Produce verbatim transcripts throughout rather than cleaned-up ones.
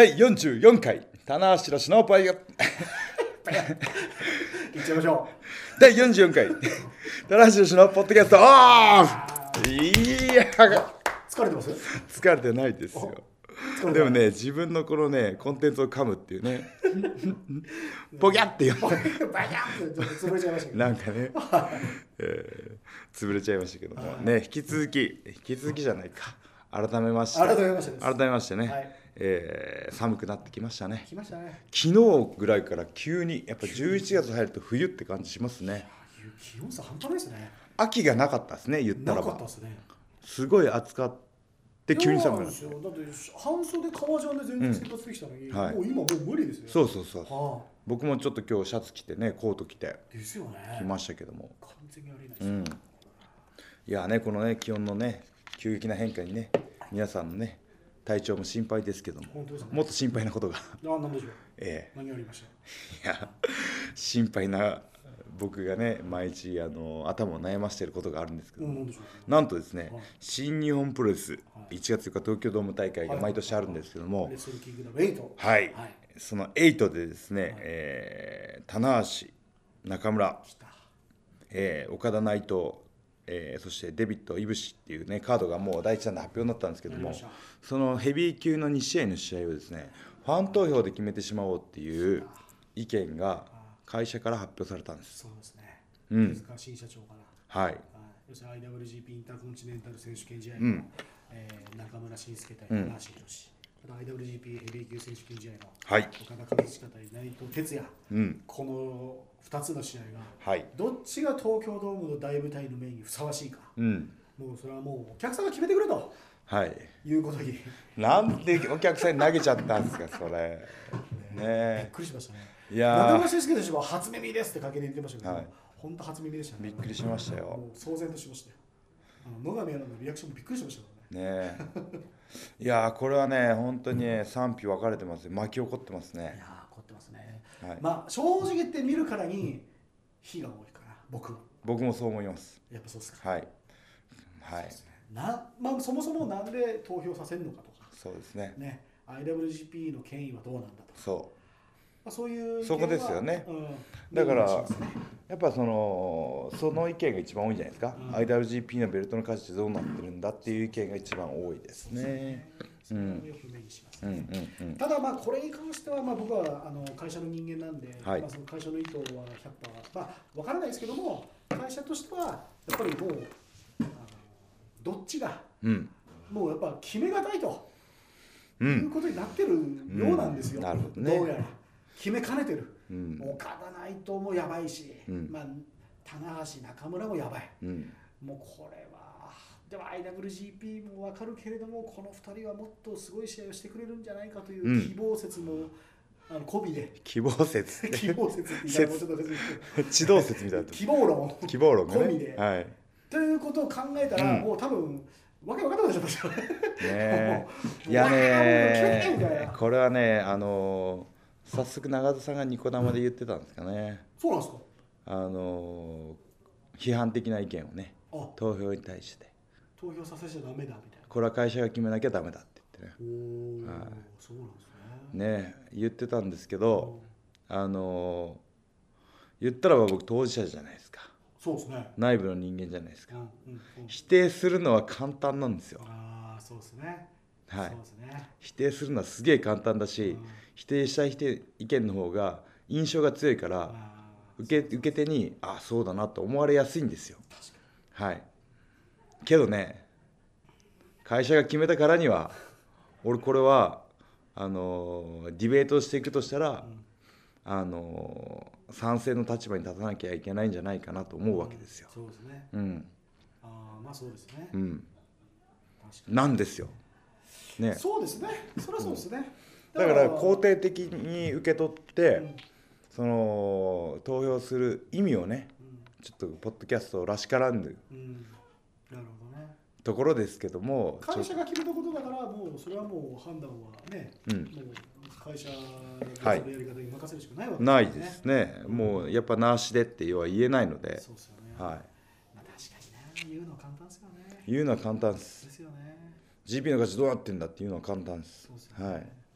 だいよんじゅうよんかい棚橋宏のパイがいっちゃいましょだいよんじゅうよんかい棚橋宏のポッドキャスト。ああいや疲れてます？ 疲れてないですよ。でもね、自分のこのねコンテンツを噛むっていうねポキャっていうバキャンってちょっと潰れちゃいましたけどなんかね、えー、潰れちゃいましたけどもね、引き続き引き続きじゃないか改めまして改めましてです改めましてね、 はい、 えー、寒くなってきましたね。 来ましたね。 昨日ぐらいから急にやっぱじゅういちがつ入ると冬って感じしますね。 気温差半端ないですね。 秋がなかったですね、言ったらば。 なかったですね。 すごい暑かって急に寒くなった。 だって半袖革ジャンで全然生活できたのに、うんはい、もう今もう無理ですよ。 そうそうそう、 はあ、 僕もちょっと今日シャツ着てね、コート着てですよね、 来ましたけども、 完全にありえないです、うん、 いやね、このね気温のね急激な変化にね、皆さんのね体調も心配ですけども、本当ですね、もっと心配なことがあ、何でしょう、ええ、何がありました？ いや心配な僕がね毎日あの頭を悩ましていることがあるんですけども、うん、なんとですね、はい、新日本プロレス、はい、いちがつよっか東京ドーム大会が毎年あるんですけども、 レスルキングダムエイト、 はい、はい、そのエイトでですね、はい、えー、棚橋、中村、えー、岡田内藤、えー、そしてデビッド、イブシっていうねカードがもう第一弾で発表になったんですけども、そのヘビー級のに試合の試合をですねファン投票で決めてしまおうっていう意見が会社から発表されたんです。 そうですね。 うん、 手塚新社長から。 はい。 要するに アイダブリュージーピー インターコンチネンタル選手権試合の、うん、えー、中村慎介対棚橋宏、うん、アイダブリュージーピー ヘビー級選手権試合の、はい、岡田和親対内藤哲也、うん、このふたつの試合が、はい、どっちが東京ドームの大舞台のメインにふさわしいか、うん、もうそれはもうお客さんが決めてくれと、はい、いうことに。 なんでお客さんに投げちゃったんですかそれ。ねえ、びっくりしましたね。 いや中村慎介選手は初耳ですってかけて言ってましたけど、はい、本当初耳でしたね。 びっくりしましたよ。 もう騒然としましたよ。あの野上アナのリアクションもびっくりしましたね。 ねいやこれはね本当に、ね、賛否分かれてますよ。巻き起こってますね。 いや起こってますね。 はい、 まあ正直言って見るからに火が多いから僕は。 僕もそう思います。 やっぱそうですか。 はいはい。 なまあそもそもなんで投票させるのかとか。 そうですね。 ね アイダブリュージーピー の権威はどうなんだとか。 そう。 まあ、そういうそこですよね、うん、だから、ね、やっぱそのその意見が一番多いんじゃないですか、うん、アイダブリュージーピー のベルトの価値ってどうなってるんだっていう意見が一番多いですね。 ただまあこれに関してはまあ僕はあの会社の人間なんで、はい、まあその会社の意図はひゃくパーセント、まあ、分からないですけども会社としてはやっぱりもうあのどっちが、うん、もうやっぱ決めがたいと、うん、いうことになってるようなんですよ、うん、なるほどね、どうやら。決めかねてる、うん、岡田内藤もやばいし、うん、まあ、棚橋、中村もやばい、うん、もうこれはでも アイダブリュージーピー も分かるけれどもこのふたりはもっとすごい試合をしてくれるんじゃないかという希望説も、うん、あの込みで希望説希望説って言い方もちょっと難しいけど地動説みたいな希望論希望論がね込みで、はい、ということを考えたら、うん、もう多分わけわかんなくなっちゃったんですよね。 いやねこれはねあのー早速永田さんがニコ生で言ってたんですかね。 そうなんですか。あの批判的な意見をね投票に対して投票させちゃダメだみたいな。 これは会社が決めなきゃダメだって言ってね。おお、はい、そうなんですね。 ね言ってたんですけど、あの言ったらば僕当事者じゃないですか。 そうですね。 内部の人間じゃないですか。うんうんうん、否定するのは簡単なんですよ。 ああ、そうですね。 はい、そうですね。否定するのはすげえ簡単だし、否定したい人意見の方が印象が強いから受け、受け手にあそうだなと思われやすいんですよ。はい。けどね会社が決めたからには俺これはあのディベートをしていくとしたら、うん、あの賛成の立場に立たなきゃいけないんじゃないかなと思うわけですよ。 うん、そうですね。 うん。 ああまあそうですね。 うん。なんですよ。ね。 そうですね。それはそうですね。 うん、だから肯定的に受け取って、うん、その投票する意味をね、うん、ちょっとポッドキャストらしからぬ、うん、なるほどね。 ところですけども、 会社が決めたことだからもうそれはもう判断はね、うん、もう会社のやり方に任せるしかないわけですね。 ないですね。もうやっぱなしでって要は言えないので。 そうですよね。 はい。 まあ確かにね、言うのは簡単ですよね。 言うのは簡単です。 ですよね。 ジーピー の価値どうなってんだっていうのは簡単です。 そうですよね。 はい。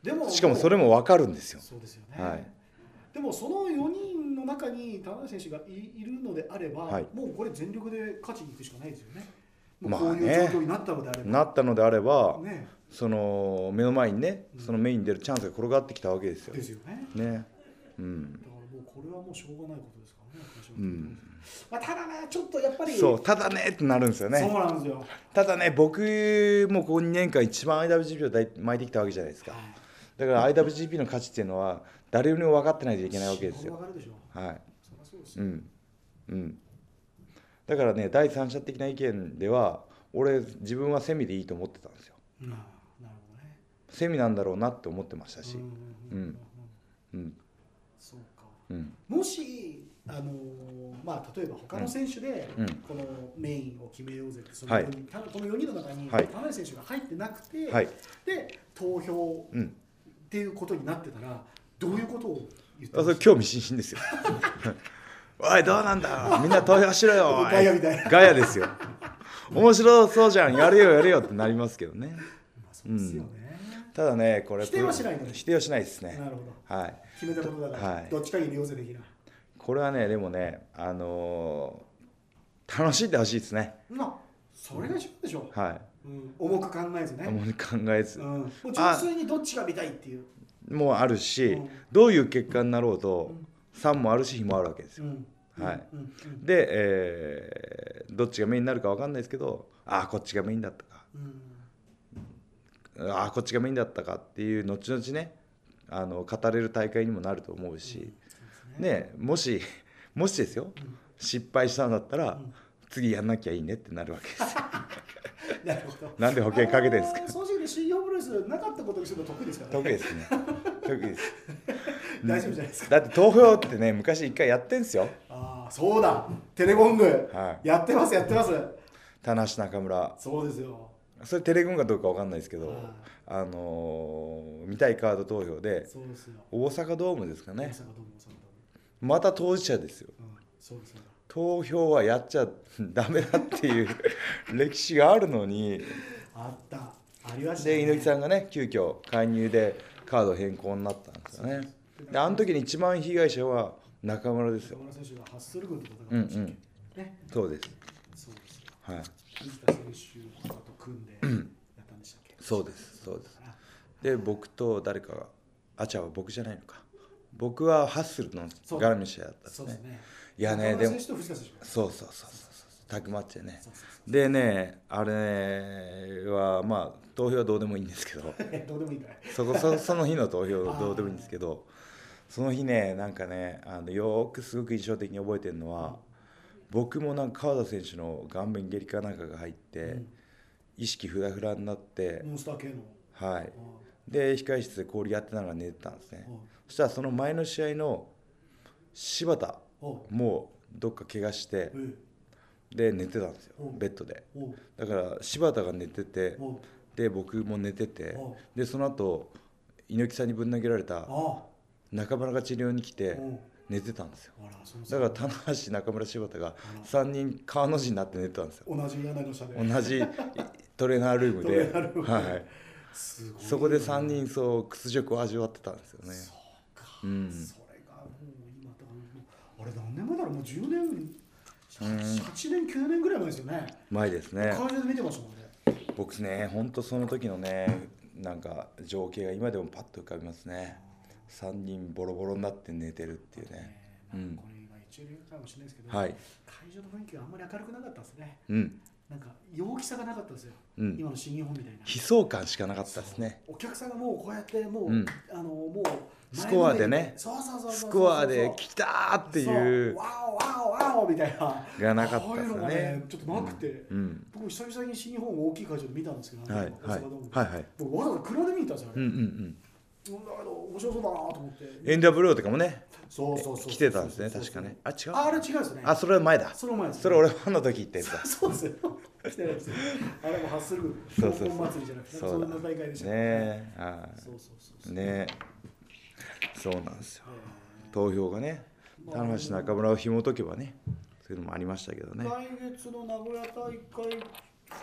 でもしかもそれも分かるんですよ。 そうですよね、 はい、 でもそのよにんの中に田中選手が い, いるのであれば、はい、もうこれ全力で勝ちに行くしかないですよね。もうこういう状況になったのであれば、 まあね、なったのであれば、 ね、 その目の前にね、そのメインに出るチャンスが転がってきたわけですよ。 ですよね。 ね、うん、 だからもうこれはもうしょうがないことですからね。 うん、 まあ、ただね、ちょっとやっぱりそう、ただねってなるんですよね。 そうなんですよ。ただね、僕もここにねんかん一番 アイダブリュージーピー を巻いてきたわけじゃないですか。はい、だから アイダブリュージーピー の価値っていうのは誰よりも分かってないといけないわけですよ。 分かるでしょう。 はい。 そりゃそうですよ。 うんうん。だからね、第三者的な意見では俺自分はセミでいいと思ってたんですよ。 うん、なるほどね。 セミなんだろうなって思ってましたし、うんうん、 そうか。 うん、 もしあのー、まあ例えば他の選手で、うん、このメインを決めようぜってそのよにん、はい、このよにんの中に田中選手が入ってなくて、はい、で投票っていうことになってたらどういうことを言ってました？ それ興味津々ですよ。おいどうなんだみんな投票しろよ。 ガヤみたいな。 ガヤですよ。面白そうじゃんやるよやるよってなりますけどね。 まあそうですよね。うん、 ただねこれ否定はしないの。 否定はしないですね。 なるほど。 はい。 決めたことだから、はい、どっちかに利用せできな。 これはねでもねあのー、楽しんでほしいですね。 まあそれが一番でしょう。 はい。 うん、重く考えずね。 重く考えず。 うん、もう純粋にどっちが見たいっていう。 もうあるし、うん、どういう結果になろうと、うん、賛もあるし非もあるわけですよ。うん、はい。うんうん、で、えー、どっちがメインになるか分かんないですけど、ああこっちがメインだったか、うん、ああこっちがメインだったかっていう後々ねあの語れる大会にもなると思うし、うん、ね, ねもしもしですよ、うん、失敗したんだったら、うん、次やんなきゃいいねってなるわけですよ。 なるほど。 なんで保険かけてるんですか。 正直に信用プロレスなかったことにするの得意ですからね。 得意ですね。得意です。 大丈夫じゃないですか。 だって投票ってね昔一回やってんすよ。 ああそうだ。テレゴング、はい、やってますやってます。 棚橋中村。 そうですよ。 それテレゴングかどうかわかんないですけど、あのー、見たいカード投票で、 そうですよ。 大阪ドームですかね。 大阪ドーム大阪ドーム。また当事者ですよ。 うん、そうですよ。 投票はやっちゃダメだっていう歴史があるのに。 あった。ありましたね。 で猪木さんがね急遽介入でカード変更になったんですよね。であの時に一番被害者は中村ですよ。 中村選手がハッスル軍と戦ってましたっけ、うんうんね、 そうです。 そうですよ。 はい。 水田選手とかと組んでやったんでしたっけ。 そうですそうです。で僕と誰かがあちゃは僕じゃないのか。僕はハッスルの絡み試合だったんですね。そうですね。いやねでもそうそうそうそうタッグマッチでね。そうそうそうでねあれはまあ投票はどうでもいいんですけどどうでもいいかいそこ そ, その日の投票どうでもいいんですけどその日ねなんかねあのよくすごく印象的に覚えてるのは、うん、僕もなんか川田選手の顔面下痢かなんかが入って、うん、意識フラフラになってモンスター系のはい、うん、で控室で氷やってながら寝てたんですね、うん、そしたらその前の試合の柴田もどっか怪我して、うんで寝てたんですよベッドで。だから柴田が寝ててで僕も寝ててでその後猪木さんにぶん投げられた中村が治療に来て寝てたんですよ。だから棚橋中村柴田がさんにん川の字になって寝てたんですよ。 同じ屋根の下で同じトレーナールームではいそこでさんにんそう屈辱を味わってたんですよね。 そうか、うん、それがもう今だからあれ何年前だろうもうじゅうねんはちねんきゅうねんぐらい前ですよね。 前ですね。 会場で見てましたもんね。 僕ね本当その時のねなんか情景が今でもパッと浮かびますね。さんにんボロボロになって寝てるっていうね。 うん、これ今一流かもしれないですけど、 はい、 会場の雰囲気があんまり明るくなかったですね。 うん、 なんか陽気さがなかったですよ、うん、今の新日本みたいな悲壮感しかなかったですね。 お客さんがもうこうやってもう、うん、あのもうスコアでねスコアで来たーっていうワオワオワオみたいながなかったですよね。 こういうのがねちょっとなくて、 うんうん、 僕久々に新日本を大きい会場で見たんですけど、 はいはいはいはい、 僕わざわざ車で見に行ったんですよ、 うんうんうんだけど面白そうだなと思ってエヌダブリュー とかもねそうそうそう来てたんですね確かね。あ違うああれ違うですね。 あそれは前だ。 それ前です、ね、 それ俺ファンの時言ってた。 そうですよ来てないですよあれもハッスル標本祭りじゃなくてそんな大会でしたね。あそうそうそうねそうなんですよ。投票がね棚橋中村を紐解けばねそういうのもありましたけどね。 来月の名古屋大会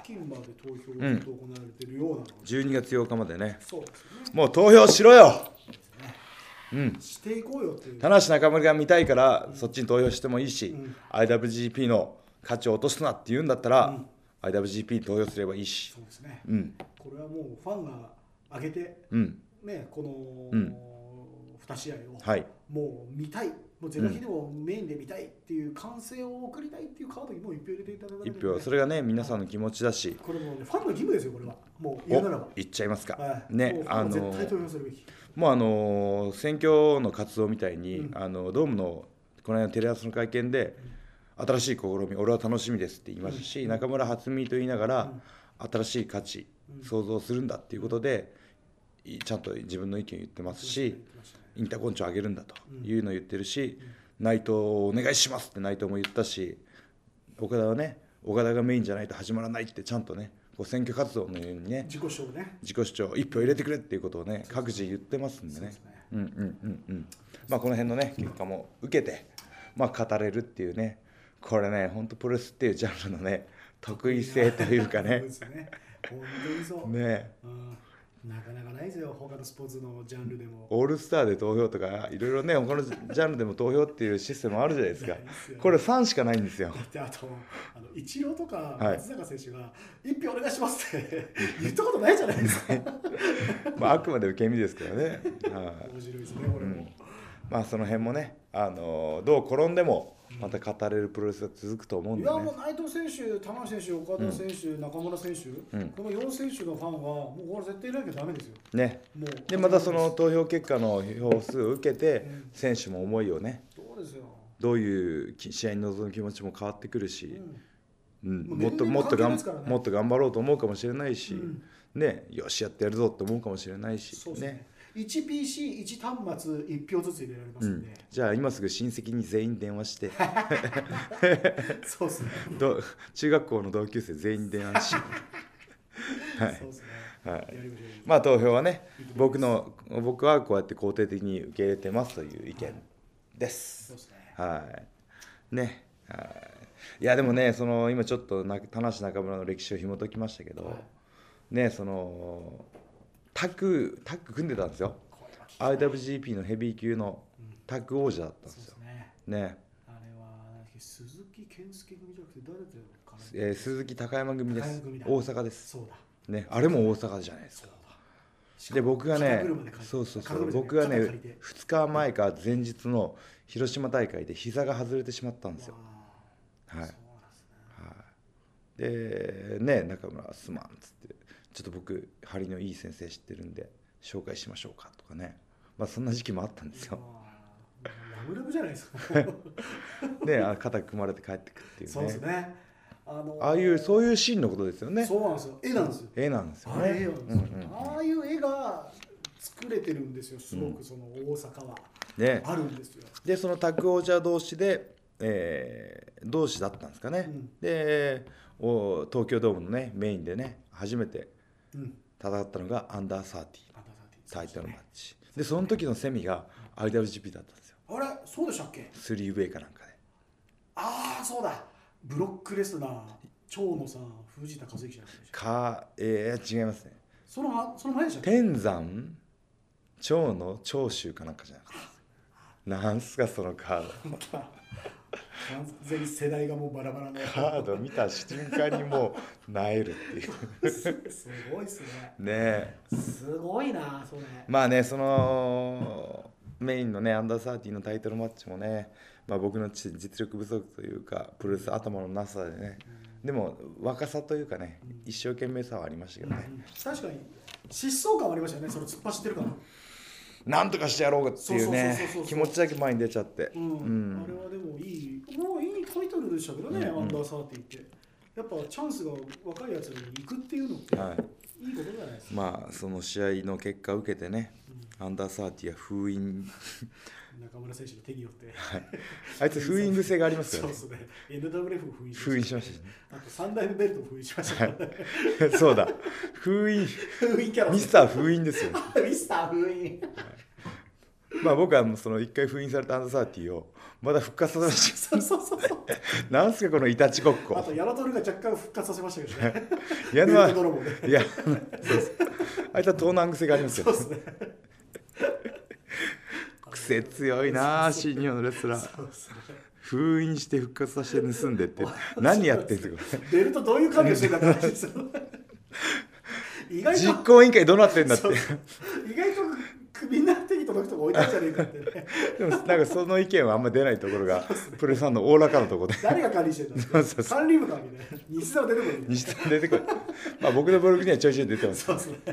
付近まで投票がずっと行われているようなので、うん、 じゅうにがつようかまでね。 そうですよね。 もう投票しろよ。うん、 していこうよっていう。 田無中村が見たいから、うん、そっちに投票してもいいし、うん、アイダブリュージーピー の価値を落とすなって言うんだったら、うん、アイダブリュージーピー に投票すればいいし。 そうですね、 うん、 これはもうファンが上げて、 うんね、この、うん、に試合を、 はい、 もう見たい、もうゼロ比でもメインで見たいっていう歓声を送りたいっていうカードにもう一票入れていただかないと、ね、 一票、それがね皆さんの気持ちだし、 これも、ね、ファンの義務ですよ。これはもう言うならば言っちゃいますか、 はい、 ね、 あの絶対投票するべき。 もうあの選挙の活動みたいに、うん、あのドームのこの間のテレ朝の会見で、うん、新しい試み俺は楽しみですって言いますし、うん、中村初見と言いながら、うん、新しい価値、うん、創造するんだっていうことでちゃんと自分の意見を言ってますし、インターコンチを上げるんだというのを言ってるし、うん、内藤お願いしますって内藤も言ったし、岡田はね岡田がメインじゃないと始まらないってちゃんとねこう選挙活動のようにね自己主張ね自己主張一票入れてくれっていうことをね各自言ってますんでね、うんうんうんうん、まあこの辺のね結果も受けてまあ語れるっていうね、これね本当プロレスっていうジャンルのね得意性というかね本当にそうね、 うんなかなかないですよ、他のスポーツのジャンルでも。 オールスターで投票とかいろいろね他のジャンルでも投票っていうシステムあるじゃないですか。これファンしかないんですよ。 だってあとあのイチローとか松坂選手が一票お願いしますって言ったことないじゃないですか。 まああくまで受け身ですけどね。 面白いですねこれも、うん、 まあその辺もねあのどう転んでもまた語れるプロレスが続くと思うんで、ね、 いやもう内藤選手、玉井選手、岡田選手、うん、中村選手、うん、このよん選手のファンはもうこれ絶対いなきゃダメですよ。 ね。もうでまたその投票結果の票数を受けて、うん、選手も思いをね、 そうですよ。 どういう試合に臨む気持ちも変わってくるし、うんうん、もっともっとがん、ね、もっと頑張ろうと思うかもしれないし、うん、ね、よしやってやるぞと思うかもしれないし、 そうですね。ねいちピーシーいち 端末いち票ずつ入れられますんで、うん、 じゃあ今すぐ親戚に全員電話してそうですね中学校の同級生全員電話しはい、そうですね、はい、 まあ投票はね僕の僕はこうやって肯定的に受け入れてますという意見です、はい、そうですね、はいね、はい、いやでもねその今ちょっと田無中村の歴史を紐解きましたけど、はい、ねそのタッグ、タッグ組んでたんですよ。アイダブリュージーピー のヘビー級のタッグ王者だったんですよ。うん、ね, ねあれは鈴木健介組じゃなくて誰だよかな、 えー、鈴木高山組です。大阪です。 そうだ、 ね、あれも大阪じゃないですか。で僕がねそうそうそう僕がねふつかまえか前日の広島大会で膝が外れてしまったんですよ。はい。でね中村すまんっつってちょっと僕張りのいい先生知ってるんで紹介しましょうかとかね、まあそんな時期もあったんですよ。 ラブラブじゃないですか。 ねあ肩組まれて帰ってくっていうね。 そうですね。あのー、 ああいうそういうシーンのことですよね。 そうなんですよ。絵なんですよ。 絵なんですよね。 ああいう絵なんですよ、うんうん、ああいう絵が作れてるんですよ。すごくその大阪は、ね、あるんですよ。 でそのタッグ王者同士で、えー、同士だったんですかね。うん、でお東京ドームのねメインでね初めて戦ったのがアンダーサーティータイトルマッチで、その時のセミが アイダブリュージーピー だったんですよ。 あれそうでしたっけ。 スリーウェイかなんかで、 ああそうだブロックレスナー長野さん藤田和之じゃないですか。 かえー、違いますね。 そのその前でしたっけ。 天山長野長州かなんかじゃなくてなんすかそのカード。 完全に世代がもうバラバラのカード見た瞬間にもう萎えるっていうすごいっすね。 ねえすごいなそれ。 まあねそのメインのねアンダーサーティーのタイトルマッチもね、まあ、僕の実力不足というかプロレス頭のなさでね、うん、でも若さというかね、うん、一生懸命さはありましたけどね、うん、 確かに疾走感はありましたよね。その突っ走ってるからなんとかしてやろうっていうね気持ちだけ前に出ちゃって、 うんうん、あれはでもいいもういいタイトルでしたけどね、うんうん、アンダーサーティーってやっぱチャンスが若いやつに行くっていうのって、はい、いいことじゃないですか。 まあその試合の結果を受けてね、うん、アンダーサーティーは封印中村選手の手によって、 はい、あいつ封印癖がありますからね。 そうですね エヌダブリューエフ も封印しました、 封印しましたね。 あとさん代目ベルトも封印しましたからね、 はい、そうだ封印封印キャラミスター封印ですよミスター封印まあ僕はもうその一回封印されたアンダーサーティーをまだ復活させました。 そうそうそうそう。 なんすかこのいたちごっこ。 あとヤナトルが若干復活させましたけどね。 ヤナは、 ベルト泥棒ね。 いや、そうです。あいつは盗難癖がありますよ。 そうですね。 癖強いなあ、新日本のレスラー。 そうですね。 封印して復活させて盗んでって何やってんですか。 ベルトどういう関係してんだって話ですよ。意外と実行委員会どうなってんだって。 そうそう意外とみんな手に届くとこ置いたんじゃねえかってね。 でもなんかその意見はあんま出ないところがプロレスファンの大らかのところで。 誰が管理してるんですか。管理部かみたいな。西澤出てくる。 西澤出てくる。まあ僕のブログにはちょいちょい出てます。 そうですね。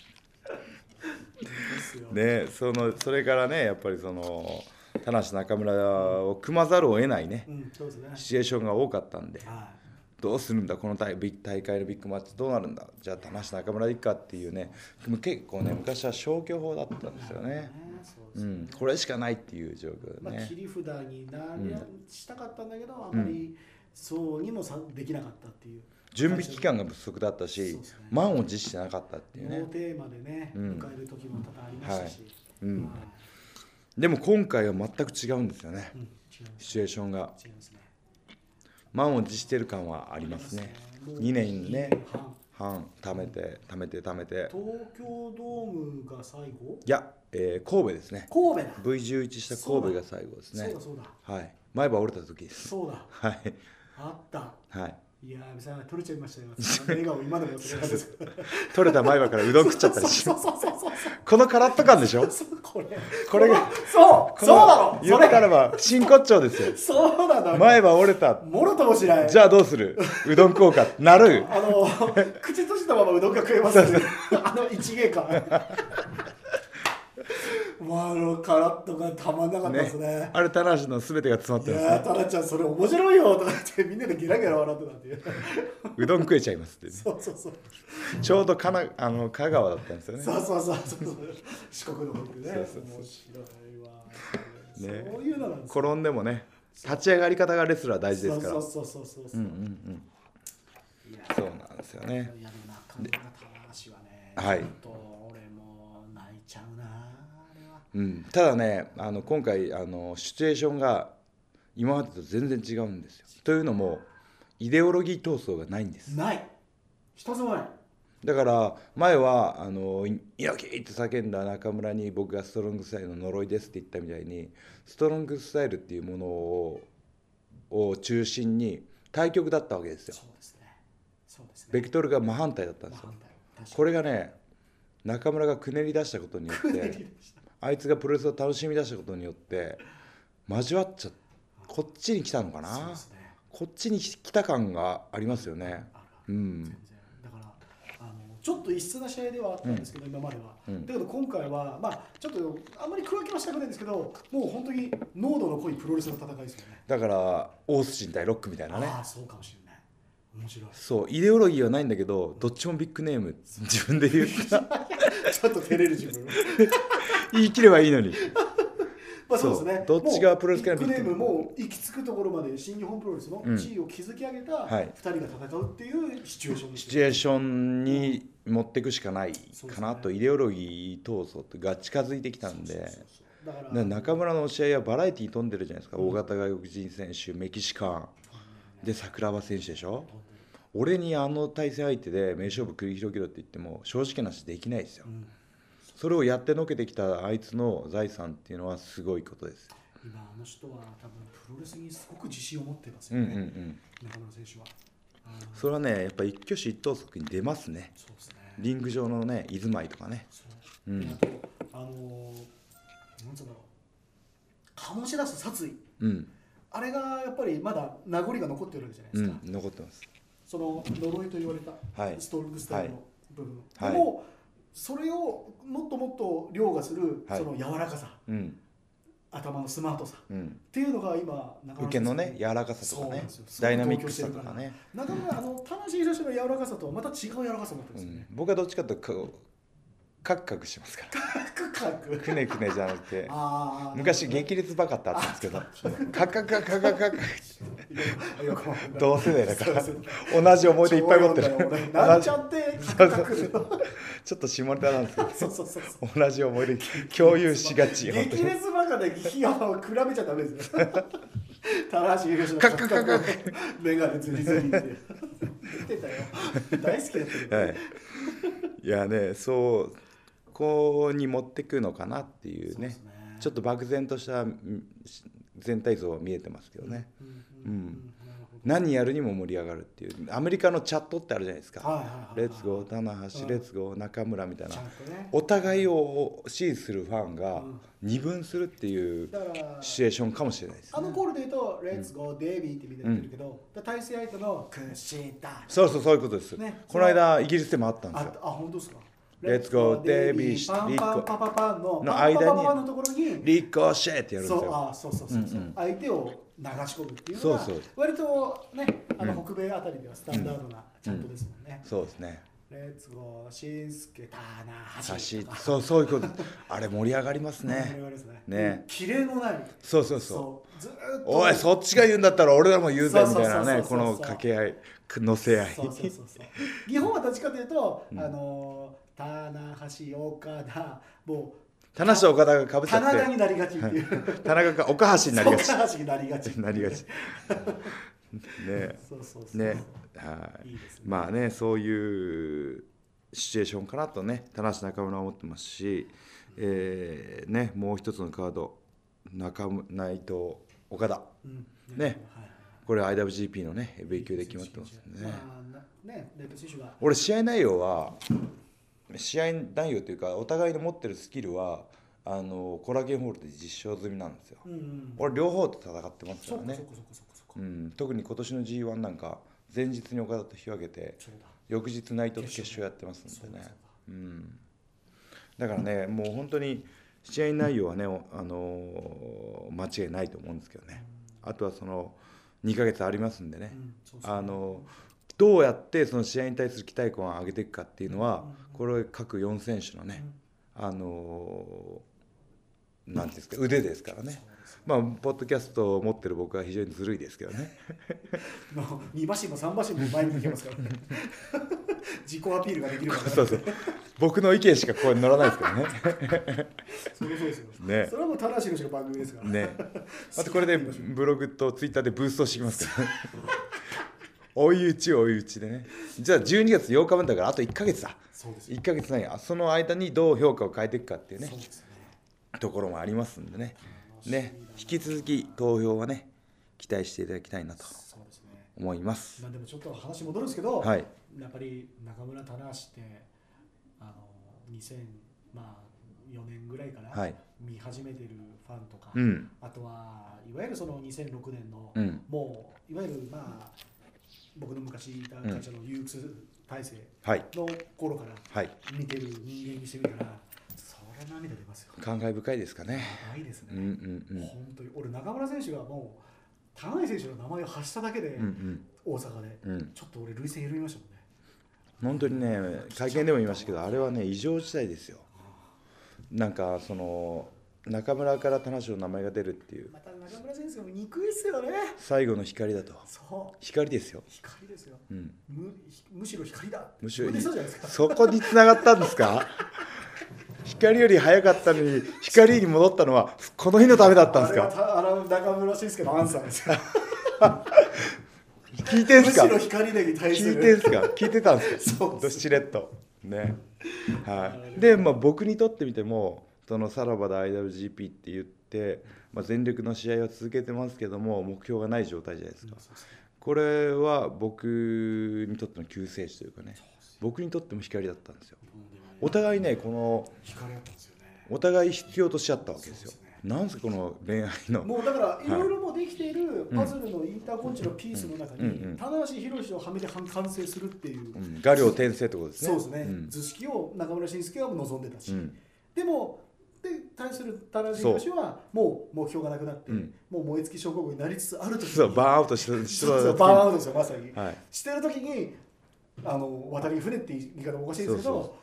ね、そのそれからねやっぱりその田無中村を組まざるを得ないね、 うんそうですね、 シチュエーションが多かったんで、 はい、 どうするんだこの大大会のビッグマッチどうなるんだ、じゃあ田無中村でいくかっていうね、結構ね昔は消去法だったんですよね。うん、これしかないっていう状況でね、 まあ、切り札になりしたかったんだけど、うん、あまりそうにもさできなかったっていう準備期間が不足だったし、ね、満を持してなかったっていうね、 ノーテーマでね、うん、迎える時も多々ありましたし、はいうんまあ、でも今回は全く違うんですよね、うん、シチュエーションが、ね、満を持してる感はありますね。にねんね半貯めて貯めて貯めて、 東京ドームが最後、 いや、えー、神戸ですね。 神戸だブイじゅういち した神戸が最後ですね。 そうだそうだ、 はい、前歯折れた時です。 そうだ、 はい、 あった、 はい、 いやーさ取れちゃいましたよ。笑顔今でも忘れないです。 取れた前歯からうどん食っちゃったりして。このカラッと感でしょ。 これこれがそうそうだろ。 言ったらば真骨頂ですよ。 そうなんだ。 前歯折れた。 もろともしない。 じゃあどうする。うどん食おうかなる。 あの口閉じたままうどんが食えますね。あの一芸感。まあ、あのカラッとがたまんなかったですね。ね、 あれ田無のすべてが詰まってるんですね。いや田無ちゃんそれ面白いよとかってみんなでゲラゲラ笑ってたっていう。 うどん食えちゃいますって、ね。 そうそうそう。 ちょうどかなあの香川だったんですよね。 そうそうそうそう。四国の方でね。そうそうそう面白いわ。ね、そういうのなんですよ。 転んでもね立ち上がり方がレスラー大事ですから。 そうそうそうそうそう。うんうんうん。 いやそうなんですよね。 いやでも中村田無はね。 はい。 ちゃうなあれは、 うん、ただねあの今回あのシチュエーションが今までと全然違うんですよ。というのもイデオロギー闘争がないんです。 ない一つもない。 だから前はあの猪木って叫んだ中村に僕がストロングスタイルの呪いですって言ったみたいにストロングスタイルっていうものをを中心に対極だったわけですよ。 そうですね。そうですね。 ベクトルが真反対だったんですよ。これがね中村がくねり出したことによってあいつがプロレスを楽しみ出したことによって交わっちゃこっちに来たのかな、ね、こっちに来た感がありますよね。うん、 全然だからあのちょっと異質な試合ではあったんですけど、うん、今までは、うん、だけど今回はまあちょっとあんまり区分けはしたくないんですけどもう本当に濃度の濃いプロレスの戦いですよね。 だからオースチン対ロックみたいなね。 ああそうかもしれない。面白い。 そうイデオロギーはないんだけどどっちもビッグネーム自分で言ったちょっと照れる自分言い切ればいいのにまあそうですね。 どっちがプロレス界のビッグネームも行き着くところまで新日本プロレスの地位を築き上げたふたりが戦うっていうシチュエーション、 シチュエーションに持っていくしかないかなと、イデオロギー闘争が近づいてきたんで、だから中村の試合はバラエティー飛んでるじゃないですか。大型外国人選手、メキシカンで桜庭選手でしょ。俺にあの対戦相手で名勝負繰り広げろって言っても正直な話できないですよ、うん、それをやってのけてきたあいつの財産っていうのはすごいことです。 今あの人は多分プロレスにすごく自信を持ってますよね、うんうんうん、中村選手は。 それはねやっぱ一挙手一投足に出ますね。そうですね、リング上のね居住まいとかね。 そう、うん、あとあのー、なんつうんだろう、醸し出す殺意、うん、あれがやっぱりまだ名残が残ってるわけじゃないですか、 うん、残ってます。 その呪いと言われたストロングスタイルの部分、 はい、 でもそれをもっともっと凌駕するその柔らかさ、はい、うん、頭のスマートさ、うん、っていうのが今受けのね柔らかさとかねダイナミックさとかね、 中村あの田無宏の柔らかさとはまた違う柔らかさを持ってますよね、 うん、僕はどっちかというとカクカクしますからカクカクくねくねじゃなくてあ昔激烈バカってあったんですけどカクカクカクカクカク同世代だから同じ思い出いっぱい持ってるなんちゃってカクカクちょっっと下ネタなんですけどそうそうそうそう同じ思い出共有しがち激烈バカで比較べちゃダメですよ棚橋宏のカクカクカクメガネズリズリって言ってたよ大好きだったよ、 はい、いやねそうこうに持ってくのかなっていうね、ねちょっと漠然とした全体像は見えてますけどね、うんうんうん、何やるにも盛り上がるっていうアメリカのチャットってあるじゃないですか、はいはいはいはい、レッツゴー棚橋、うん、レッツゴー中村みたいな、ね、お互いを支持するファンが二分するっていうシチュエーションかもしれないですね。 あのコールで言うとレッツゴーデイビーってみんな言ってるけど、うん、対戦相手のクシダそうそうそういうことです、ね、この間イギリスでもあったんですよ。 ああ本当ですか。 レッツゴーデイビーパンパンパパパンの間にのところにリコシェってやるんですよ。 そうあそうそうそうそう、うんうん、相手を流し込むっていうのはそうそう割とねあの北米あたりではスタンダードなチャットですもんね、 うんうん、そうですね。 レッツゴーしんすけたなはしそうそういうことあれ盛り上がりますね。 盛り上がりますね。 ねキレのないそうそうそうずっとおいそっちが言うんだったら俺らも言うぜみたいなねこの掛け合い乗せ合いそうそうそうそう日本はどっちかというと、うん、あの棚橋岡田もう棚橋岡田がかぶっちゃって棚田になりがちっていう田中が岡橋になりがち岡橋になりがちなりがちねそうそうそうねはいいいですね。まあねそういうシチュエーションかなとね棚橋中村は思ってますし、えー、ねもう一つのカード中内藤岡田、うんね、はいこれ アイダブリュージーピー のね米級で決まってますね。まあ、ね俺試合内容は試合内容というかお互いの持ってるスキルはあのコラーゲンホールで実証済みなんですよ、うんうん、俺両方と戦ってますからね、うん、特に今年の ジーワン なんか前日に岡田と引き分けて翌日内藤と決勝やってますんでね、うん、だからねもう本当に試合内容はね、あのー、間違いないと思うんですけどね、うん、あとはそのにかげつありますんでね、うん、そうそうあのどうやってその試合に対する期待感を上げていくかっていうのは、うん、これ各よん選手のね、うん、あのー、なんていうんですか腕ですからね。まあポッドキャストを持ってる僕は非常にずるいですけどね。 に馬身もさん馬身も前に行けますからね。自己アピールができるから、ね。 そうそう。僕の意見しかここに乗らないですからね。 それそうですよ。ね。それはもう正しいのしか番組ですから。ね。 あとこれでブログとツイッターでブーストしてきますから、ね。追い打ち追い打ちでね。じゃあじゅうにがつようかぶんだからあといっかげつだ。そうです。いっかげつない。その間にどう評価を変えていくかっていうね。そうですね。ところもありますんでね。ね、引き続き投票はね期待していただきたいなと思います。 まあでもちょっと話戻るんですけど、はい、やっぱり中村棚橋ってあのにせんよねんぐらいから見始めてるファンとか、はい、あとはいわゆるそのにせんろくねんの、うん、もういわゆるまあ僕の昔いた会社のユース体制の頃から見てる人間にしてみたら。涙出ますよ。 感慨深いですかね。 ないですね。うんうんうん、本当に俺中村選手がもう田中選手の名前を発しただけで、うんうん、大阪で、うん、ちょっと俺涙腺緩みましたもんね。 本当にね会見でも言いましたけどあれはね異常事態ですよ。なんかその中村から田中の名前が出るっていう。 また中村選手も憎いですよね。 最後の光だと。 そう。 光ですよ。 光ですよ。うん、む, むしろ光だ。 むしろそこに繋がったんですか。光より早かったのに光に戻ったのはこの日のためだったんですか。 あれは中村慎介のアンサーですよ。 聞いてんすか。 むしろ光に対する聞いてんすか。聞いてたんですか。どしれっとね。はい。でまあ僕にとってみてもそのさらばだ アイダブリュージーピー って言って、まあ、全力の試合を続けてますけども目標がない状態じゃないですか。これは僕にとっての救世主というかね僕にとっても光だったんですよ。お互いねこのお互い必要とし合ったわけですよ。なんせこの恋愛のもうだからいろいろもできているパズルのインターコンチのピースの中に棚橋宏をはめて完成するっていう画量転生ってことですね。 そうですね、図式を中村慎介は望んでたし、でもで対する棚橋宏はもう目標がなくなって、もう燃え尽き症候群になりつつある時にそうバーンアウトしてるそうバーンアウトですよまさに、してる時にあの渡り船って言い方もおかしいですけど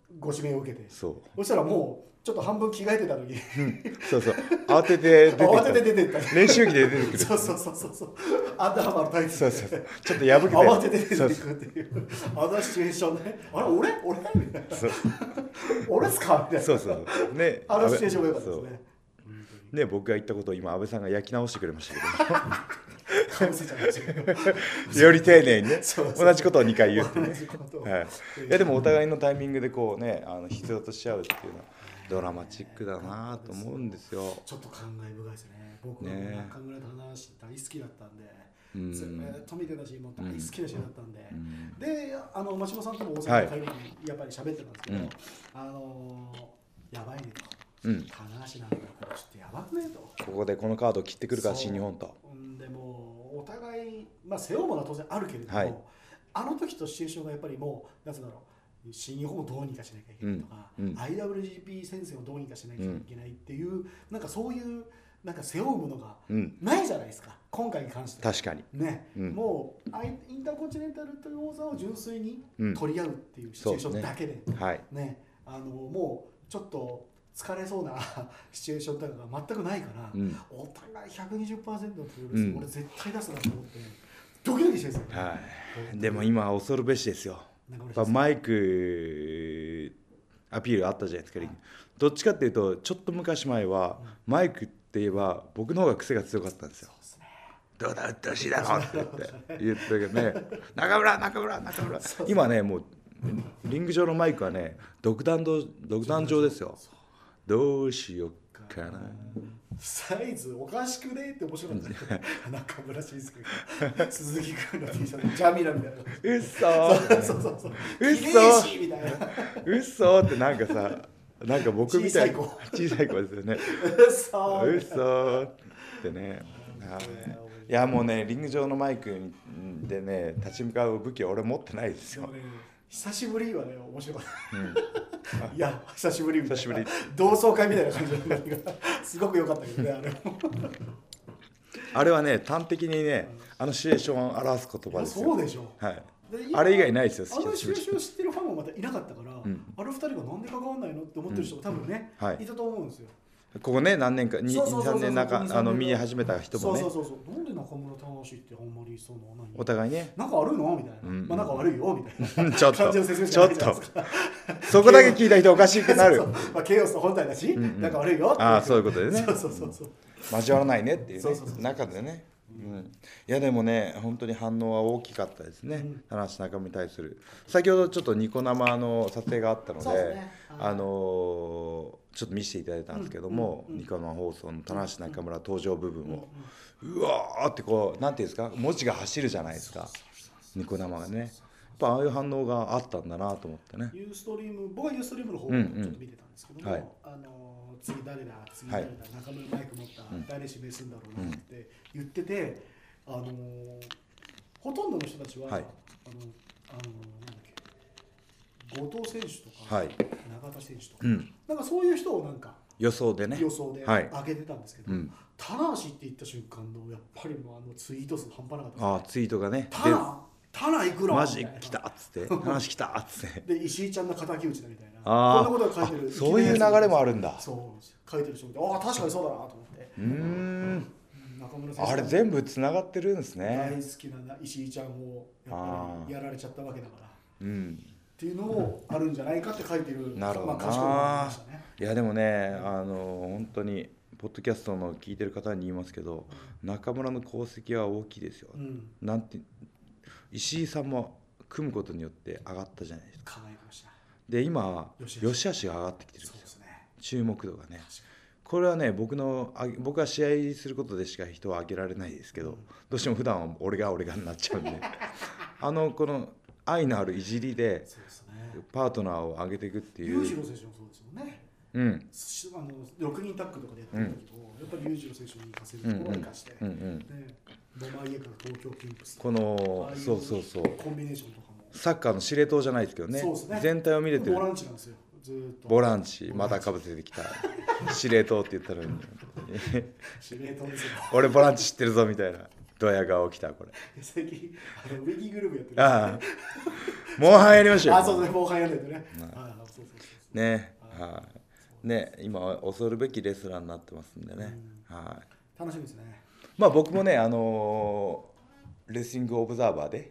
ご指名を受けて、 そうそしたらもうちょっと半分着替えてたのに、 うん、そうそう慌てて出てきた慌てて出てった練習着で出てくるそうそうそうそうそうアンダーマーのタイツそうそうそうちょっと破けて慌てて出ていくっていうあのシチュエーションねあれ俺俺みたいなそう俺っすかみたいなそうそうねあのシチュエーションが良かったですねね僕が言ったことを今安倍さんが焼き直してくれましたけどより丁寧にねそうそう同じことをにかい言うってね同じことをはい、いやでもお互いのタイミングでこうねあの必要としちゃうっていうのはドラマチックだなと思うんですよ。 ちょっと感慨深いですね。僕はね中村と話大好きだったんで、 うんずっと見てたしもう大好きな試合だったんで、 うんであの真島さんとも大阪に帰りにやっぱり喋ってたんですけど、 はいあのー、やばいねと、 うん棚橋なんだからちょっとやばくねと。 ここでこのカードを切ってくるから新日本と。 うんでもお互いまあ背負うものは当然あるけれども、はい、あの時とシチュエーションがやっぱりもうなんつうんだろう。新日本をどうにかしなきゃいけないとか、うんうん、アイダブリュージーピー 戦線をどうにかしなきゃいけないっていう、うん、なんかそういうなんか背負うものがないじゃないですか、うん、今回に関しては確かに、 ねうん、もうインターコンチネンタルという王座を純粋に取り合うっていうシチュエーションだけで、うんはいね、あのもうちょっと疲れそうなシチュエーションとかが全くないから、うん、お互い ひゃくにじゅっパーセント のプロレス、うん、俺絶対出すなと思ってドキドキしてるんですよ、はい、 でも今恐るべしですよ。やっぱマイクアピールあったじゃないですか、はい、どっちかっていうとちょっと昔前は、うん、マイクって言えば僕の方が癖が強かったんですよ。そうですね、どうだうっとうしいだろって言って言ってるけどね中村中村中村今ねもうリング上のマイクはね独壇場独壇場ですよ。どうしよっかなサイズおかしくねって面白かったね中村慎介が鈴木君の T シャツジャミラみたいなうっそーそうそうそううっそーみたいなうっそーってなんかさなんか僕みたいな小さい子ですよねうっそーうっそーってねいやもうねリング上のマイクでね立ち向かう武器は俺持ってないですよ。 久しぶりはね面白かった、 うん、 いや久しぶりみたいな久しぶり同窓会みたいな感じの何がすごく良かったけどねあれもあれはね端的にねあのシチュエーションを表す言葉ですよ。 そうでしょ、 はい、あれ以外ないですよ。 あのシチュエーションを知ってるファンもまたいなかったから、うん、あの二人がなんで関わんないのって思ってる人が多分ね、うんはい、いたと思うんですよ。 ここね何年かにさんねん中あの見始めた人もねそうそうそうそうなんで中村棚橋ってあんまりその何お互いねなんかあるのみたいな、うんうん、まあなんか悪いよみたいなちょっと感じの説明しかないじゃないですかそこだけ聞いた人おかしくなるそうそうまあケイオスと本体だし、うんうん、なんか悪いよってああそういうことでねそうそうそうそう交わらないねっていうね中でね、うん、いやでもね本当に反応は大きかったですね、うん、棚橋中村に対する先ほどちょっとニコ生の撮影があったので、ね、あのーちょっと見せていただいたんですけども、うんうんうん、ニコ生放送の棚橋中村登場部分を、うんうん、うわーってこうなんていうんですか文字が走るじゃないですかニコ生がねやっぱああいう反応があったんだなと思ってね。 ユーストリーム僕はユーストリームの方をちょっと見てたんですけども、うんうんはい、あの次誰だ次誰だ、はい、中村マイク持った、うん、誰指名するんだろうなって言ってて、うん、あのほとんどの人たちは、はい、あのあのなんだっけ後藤選手とか、はい、永田選手とか、うん、なんかそういう人をなんか予想でね予想で上げてたんですけど、 はいうん、 棚橋って言った瞬間のやっぱりもうあのツイート数半端なかったです、 ね、あツイートがね棚棚いくらマジ来たっつって棚橋来たっつってで石井ちゃんの敵討ちだみたいなあこんなことが書いてるそういう流れもあるんだそう書いてる人見てああ確かにそうだなと思ってうーん中村選手あれ全部つながってるんですね。 大好きな石井ちゃんをやっぱりやられちゃったわけだからうんっていうのもあるんじゃないかって書いてる。 なるほどな、まあね、いやでもねあの本当にポッドキャストの聞いてる方に言いますけど、うん、中村の功績は大きいですよ、うん、なんて石井さんも組むことによって上がったじゃないですか。で今吉橋が上がってきてるんですよ。そうですね、注目度がねこれはね僕の僕は試合することでしか人は上げられないですけど、うん、どうしても普段は俺が俺がになっちゃうんであのこの愛のあるいじりでパートナーを上げていくっていう。 裕次郎選手もそうですよね。 うん、 あのろくにんタッグとかでやってる時も、うん、やっぱり裕次郎選手に行かせるところを生かして、うんうんね、ロマイエから東京キンプスこのそうそうそうコンビネーションとかもサッカーの司令塔じゃないですけど ね, ね全体を見れてるボランチなんですよずっとボランチまたかぶせてきた司令塔って言ったのに司令塔ですよ俺ボランチ知ってるぞみたいなドヤ顔きたこれ。 最近あのウェギーグループやってる。 ああ、モンハンやりましょうよ。 あ、そうですね、モンハンやっててね。 ね、はい。ね、今恐るべきレスラーになってますんでね。はい。 楽しみですね。 まあ僕もね、あのー、レスリングオブザーバーで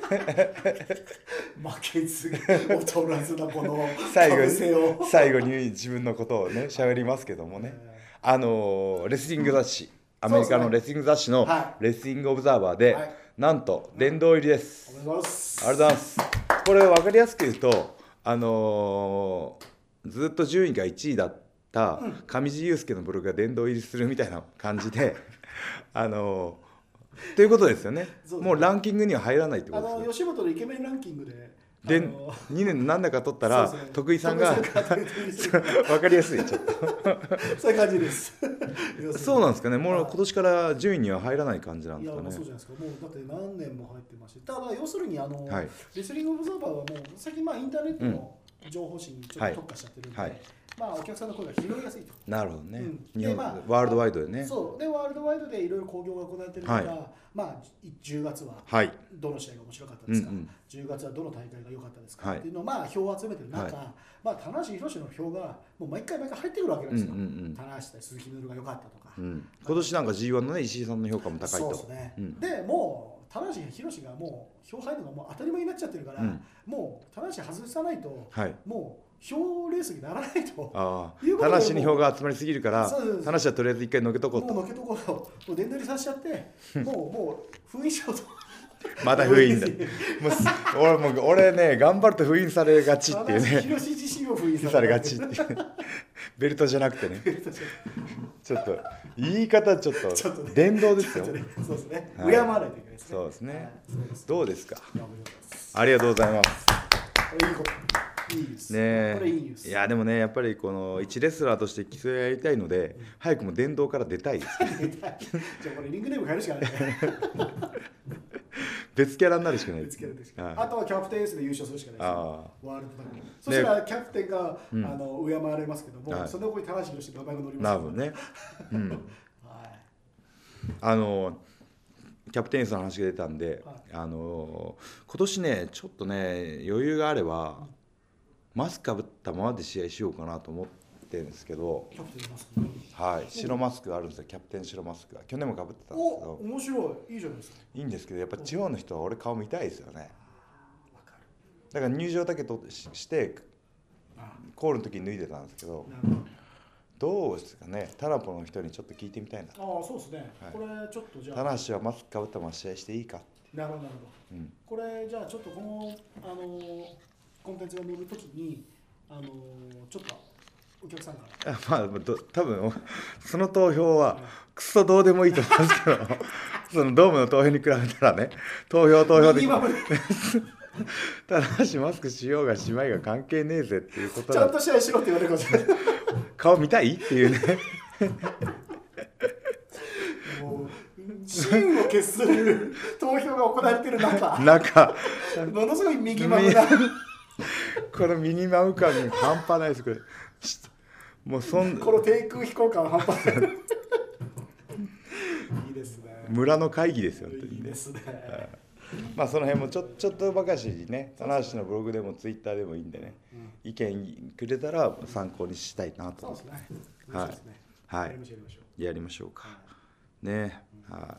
負けず劣らずなこの最後に最後に自分のことをね喋りますけどもね、あのー、レスリング雑誌、アメリカのレスリング雑誌のレスリングオブザーバーで、はい、なんと殿堂入りです。 おめでとうございます。 ありがとうございます。これ分かりやすく言うと、あのー、ずっと順位がいちいだった上地雄介のブログが殿堂入りするみたいな感じであのーということですよね。もうランキングには入らないってことですよ。 あの吉本のイケメンランキングででにねん何だか取ったら、ね、徳井さんが分かりやすいちょっとそういう感じですそうなんですかね。もう今年から順位には入らない感じなんですかね。 いや、そうじゃないですか。もうだって何年も入ってますし、ただ要するにあの、はい、レスリングオブザーバーはもう最近まあインターネットの情報誌にちょっと特化しちゃってるんで、はいはい、まあお客さんの声が拾いやすいと。 なるほどね。うん、日本、 まあ、 ワールドワイドでね。 そうでワールドワイドでいろいろ興行が行われてるから、はい、まあじゅうがつはどの試合が面白かったですか、はい、うんうん、じゅうがつはどの大会が良かったですか、はい、っていうのをまあ票を集めてる中、はい、まあ棚橋宏の票がもう毎回毎回入ってくるわけですよ。うんうんうん、棚橋対鈴木ヌールが良かったとか、うん、 今年なんか ジーワン のね石井さんの評価も高いと。 そうですね。うん、でもう棚橋宏がもう票入るのがもう当たり前になっちゃってるから、うん、もう棚橋外さないと、はい、もう票レースにならないと。ああ、 棚橋に票が集まりすぎるから棚橋はとりあえず一回のけとこうと。 もうのけとこうと、もう殿堂入りさせちゃってもうもう封印しようとまた封印だもう俺もう俺ね頑張ると封印されがちっていうね。 広自身を封印されがちっていうベルトじゃなくてねちょっと言い方ちょっと殿堂ですよ。 そうですね、敬わないといけないですね。 そうですね。どうですか。ありがとうございます。 いいこといいですね。これいいです。いやでもねやっぱりこの一レスラーとして基礎をやりたいので、うん、早くも殿堂から出たいです。 じゃあこれリングネーム変えるしかないね別キャラになるしかない。 別キャラです。あとはキャプテンエースで優勝するしかないです。ワールドだから。そしたらキャプテンが、ね、あの敬われますけども、はい、その子に棚橋宏名前が載ります。 なるほどね。うん。はい。あのキャプテンエースの話が出たんで、はい、あの今年ねちょっとね余裕があれば、うん、マスクかぶったままで試合しようかなと思ってるんですけど。 キャプテンマスク。はい、白マスクがあるんですよ。キャプテン白マスクが去年もかぶってたんですけど。 お、面白い。いいじゃないですか。 いいんですけどやっぱ地方の人は俺顔見たいですよね。だから入場だけとしてコールの時に脱いでたんですけど。どうですかね。タラポの人にちょっと聞いてみたいな。 ああ、そうですね。はい、これちょっとじゃあ。 棚橋はマスクかぶったまま試合していいか。 なるほどなるほど。うん、これじゃあちょっとこのあのコンテンツが乗るときにあのちょっとお客さんから。 まあ多分その投票はクソどうでもいいと思うんですけど、そのドームの投票に比べたらね、投票投票で。棚橋マスクしようがしまいが関係ねえぜっていうことちゃんと試合しろって言われるかもしれない。 顔見たいっていうね。 もう真を決する投票が行われてる中、 中ものすごい右マムなこのミニマム感が半端ないです。これもうそんこの低空飛行感半端ない。いいですね。 村の会議ですよ。本当にね。 いいですね。 まあその辺もちょちょっとばかしにね、棚橋のブログでもツイッターでもいいんでね、うん、意見くれたら参考にしたいなと思って。そうですね。はい。はい。やりましょうか。はい、ね、うん、はい。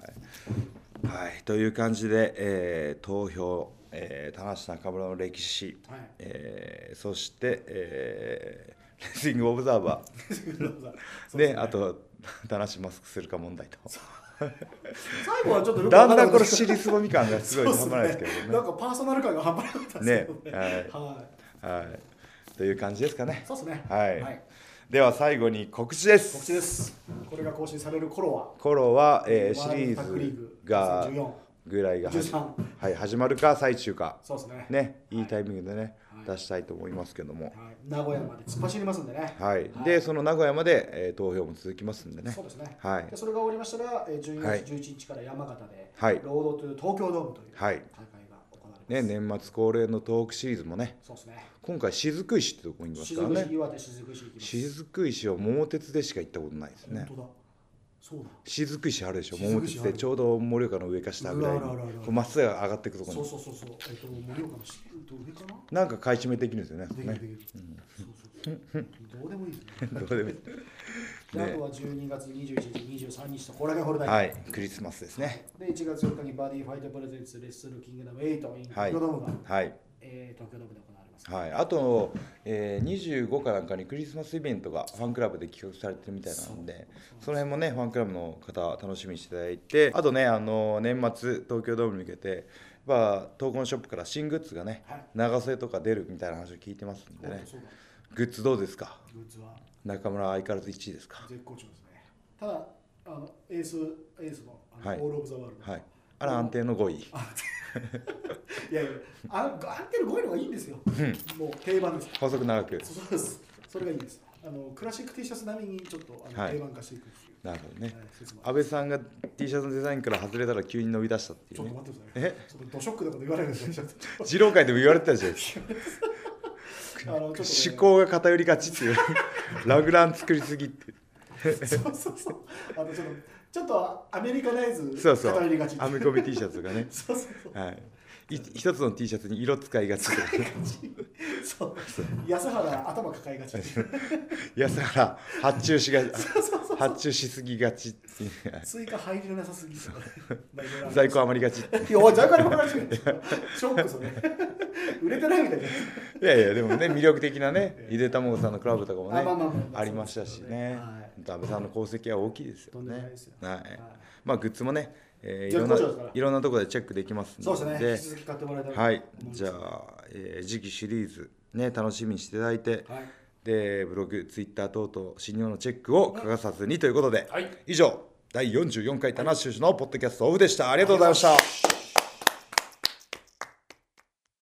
はい。という感じで、えー、投票、えー、棚橋中村の歴史、はい、えー、そして、えー、レスリングオブザーバーで、あと棚橋マスクするか問題と。 最後はちょっとだんだんこれ尻すぼみ感がすごい半端ないですけどね。 なんかパーソナル感が半端なかったですけどね。はい、 はい、という感じですかね。 そうですね。 はい。はい、では最後に告知です。 告知です。これが更新される頃は。 頃は、えー、シリーズがぐらいがはい、始まるか最中か。 そうですね。 ね、いいタイミングでね、はい、出したいと思いますけども。はい、 名古屋まで突っ走りますんでね。 はい。はい、でその名古屋まで、えー、投票も続きますんでね。 そうですね。 はい。 でそれが終わりましたら、じゅうにがつじゅういちにちから山形で、はい、ロードトゥ東京ドームという大会が行われます。ね、年末恒例のトークシリーズもね。 そうですね。 今回雫石ってとこにいますからね。 雫石、岩手雫石行きます。 雫石は桃鉄でしか行ったことないですね。 本当だ。 そうだ雫石あるでしょ。 雫石桃鉄でちょうど盛岡の上か下ぐらいにまっすぐ上がっていくところに、 そうそうそうそう、えっと盛岡のし上かな、 なんか買い占めできるんですよね。 できるできる、そうそうそうどうでもいいですね。 どうでもいい。 であとはじゅうにがつにじゅういちにち、にじゅうさんにちとこれがホルダイ。 はい、クリスマスですね。 でいちがつよっかにバディファイトプレゼンツレッスルキングダムエイト in 東はい京ドームが、 はいえー東京ドームで行われます。 はい、あと、えー、にじゅうごかなんかにクリスマスイベントがファンクラブで企画されてるみたいなので、その辺もねファンクラブの方楽しみにしていただいて、あとねあの年末東京ドームに向けてまあ東郷ショップから新グッズがね、はい、長袖とか出るみたいな話を聞いてますんでね。グッズどうですか。 グッズは中村は相変わらずいちいですか。 絶好調ですね。ただあのエースエースのあの、はい、オールオブザワールド、 はい、あら安定のごい。 いやいや、あ安定のごいのがいいんですよ。うん、もう定番です。 細く長く。 そうです。それがいいです。あのクラシック T シャツ並みにちょっとあの、はい、定番化していくっていう。 なるほどね。はい、安倍さんが T シャツのデザインから外れたら急に伸び出したっていう、ね。 ちょっと待ってください。え？ちょっとドショックなこと言わないでください。 二郎会でも言われてたじゃないですか。あのちょっとね、思考が偏りがちっていうラグラン作りすぎってそうそうそう、あのちょっとちょっとアメリカナイズ偏りがち、 アメコミ T シャツがねそうそうそう、 はい、一つの T シャツに色使いがちそう安原頭抱えがち安原発注しが発注しすぎがちっていう追加入りのなさすぎ在庫余りがちいやおい在庫余りがちショックそれ売れてないみたいな。いやいやでもね魅力的なねゆでたまごさんのクラブとかもね あ, ありましたしね、はい、安倍さんの功績は大きいですよね。はい、まあグッズもね、えー、いろんないろんなところでチェックできますので、 そうですね、引き続き買ってもらいたい。 はい、じゃあ、えー、次期シリーズね楽しみにしていただいて、はい、でブログ、ツイッター等々信用のチェックを欠かさずにということで、はい、以上だいよんじゅうよんかい棚橋宏のポッドキャストオフでした。ありがとうございました。